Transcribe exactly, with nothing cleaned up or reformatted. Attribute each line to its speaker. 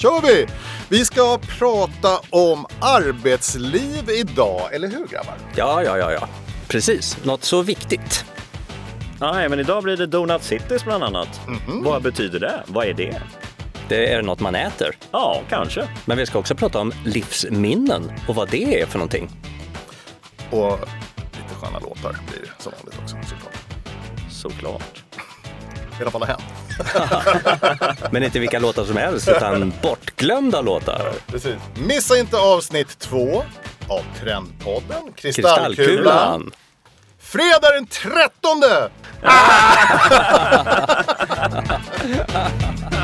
Speaker 1: kör vi! Vi ska prata om arbetsliv idag, eller hur grabbar?
Speaker 2: Ja, ja, ja, ja. Precis, något så viktigt.
Speaker 3: Nej, men idag blir det Donut Cities bland annat. Mm-hmm. Vad betyder det? Vad är det?
Speaker 2: Det är något man äter.
Speaker 3: Ja, kanske.
Speaker 2: Men vi ska också prata om livsminnen och vad det är för någonting.
Speaker 1: Och lite sköna låtar blir det som vanligt också, såklart.
Speaker 3: Såklart.
Speaker 1: I alla fall har hänt.
Speaker 2: Men inte vilka låtar som helst, utan bortglömda låtar.
Speaker 1: Precis. Missa inte avsnitt två av Trendpodden Kristallkulan.
Speaker 2: Kristallkulan.
Speaker 1: Fredag den trettonde!